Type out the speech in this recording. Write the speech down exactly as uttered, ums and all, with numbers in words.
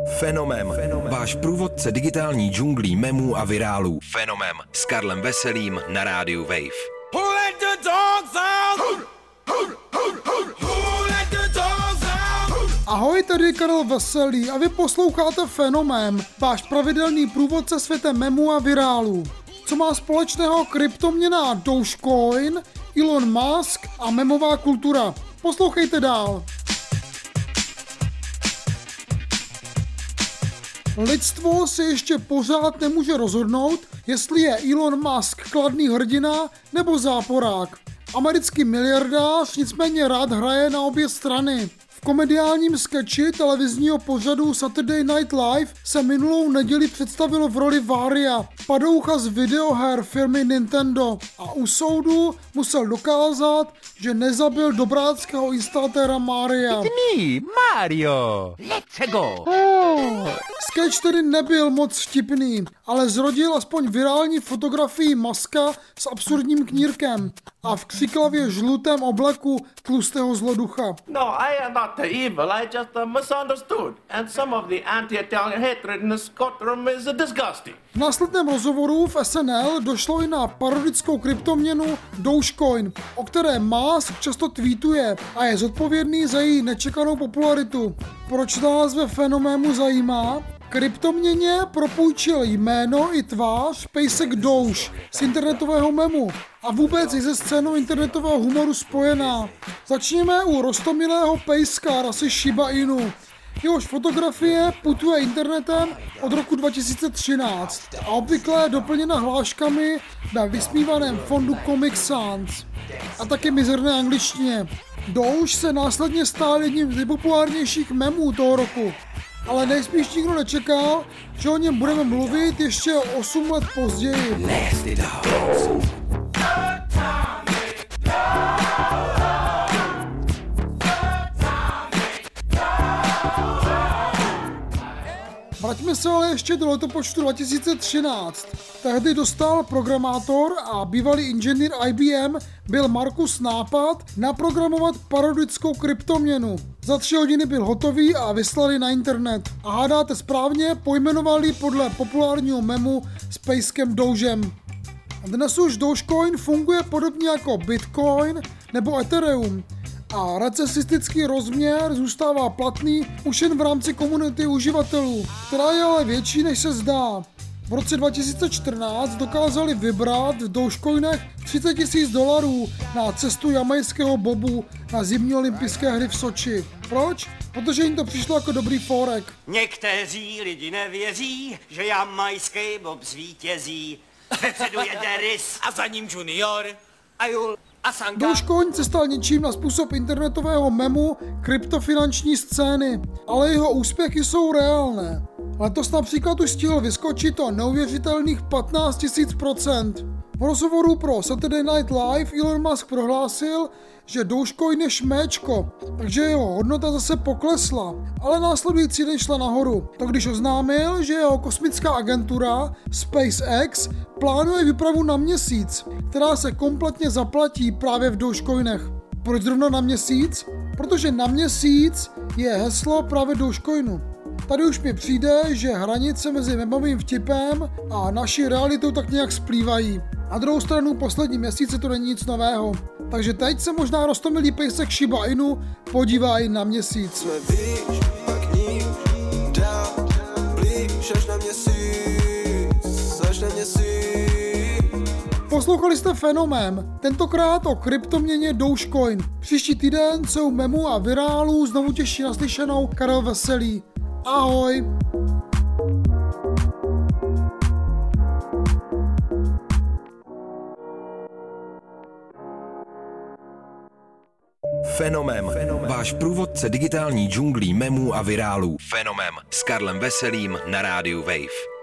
Fenomem. Fenomem. Váš průvodce digitální džunglí memů a virálů. Fenomem. S Karlem Veselým na rádiu Wave. Who let the dogs out? Who let the dogs out? Ahoj, tady Karel Veselý a vy posloucháte Fenomem, váš pravidelný průvodce světem memů a virálů. Co má společného kryptoměna Dogecoin, Elon Musk a memová kultura? Poslouchejte dál. Lidstvo si ještě pořád nemůže rozhodnout, jestli je Elon Musk kladný hrdina nebo záporák. Americký miliardář nicméně rád hraje na obě strany. V komediálním sketchi televizního pořadu Saturday Night Live se minulou neděli představil v roli Waria, padoucha z videoher firmy Nintendo, a u soudu musel dokázat, že nezabil dobráckého instalatéra Maria. Me, Mario, let's go! Oh. Sketch tedy nebyl moc vtipný, ale zrodil aspoň virální fotografii Muska s absurdním knírkem a v křiklavě žlutém obleku tlustého zloducha. No, I am not the evil, I just uh, misunderstood. And some of the anti-Italian hatred in the courtroom is uh, disgusting. V následném rozhovoru v S N L došlo i na parodickou kryptoměnu Dogecoin, o které Musk často tweetuje a je zodpovědný za její nečekanou popularitu. Proč nás ve Fenoménu zajímá? Kryptoměně propůjčil jméno i tvář pejsek Doge z internetového memu a vůbec i ze scénou internetového humoru spojená. Začněme u roztomilého pejska rasy Shiba Inu. Jehož fotografie putuje internetem od roku dva tisíce třináct a obvykle doplněna hláškami na vysmívaném fondu Comic Sans a taky mizerné angličtině. Doge se následně stal jedním z nejpopulárnějších memů toho roku. Ale nejspíš nikdo nečekal, že o něm budeme mluvit ještě osm let později. Vraťme se ale ještě do letopočtu dva tisíce třináct. Tehdy dostal programátor a bývalý inženýr I B M Bill Marcus nápad naprogramovat parodickou kryptoměnu. Za tři hodiny byl hotový a vyslali na internet. A hádáte správně, pojmenovali podle populárního memu s pejskem Dogem. Dnes už Dogecoin funguje podobně jako Bitcoin nebo Ethereum. A recesistický rozměr zůstává platný už jen v rámci komunity uživatelů, která je ale větší, než se zdá. V roce dva tisíce čtrnáct dokázali vybrat v Dogecoinech třicet tisíc dolarů na cestu jamajského bobu na zimní olympijské hry v Soči. Proč? Protože jim to přišlo jako dobrý forek. Někteří lidi nevěří, že jamajský bob zvítězí. Vepředu jede rys a za ním junior a Jul. Dogecoin se stal něčím na způsob internetového memu kryptofinanční scény, ale jeho úspěchy jsou reálné. Letos například už stihl vyskočit o neuvěřitelných patnáct tisíc procent. V rozhovoru pro Saturday Night Live Elon Musk prohlásil, že Dogecoin je šméčko, takže jeho hodnota zase poklesla, ale následující den šla nahoru. To když oznámil, že jeho kosmická agentura SpaceX plánuje výpravu na měsíc, která se kompletně zaplatí právě v Dogecoinech. Proč zrovna na měsíc? Protože na měsíc je heslo právě Dogecoinu. Tady už mi přijde, že hranice mezi memovým vtipem a naší realitou tak nějak splývají. Na druhou stranu poslední měsíce to není nic nového. Takže teď se možná roztomilý pejsek Shiba Inu podívá i na měsíc. Jsme výš, pak níž, dál, blíž až na měsíc, až na měsíc. Poslouchali jste Fenomén, tentokrát o kryptoměně Dogecoin. Příští týden se u memů a virálů znovu těší naslyšenou Karel Veselý. Ahoj! Fenomem. Fenomem. Váš průvodce digitální džunglí memů a virálů. Fenomem. S Karlem Veselým na rádiu Wave.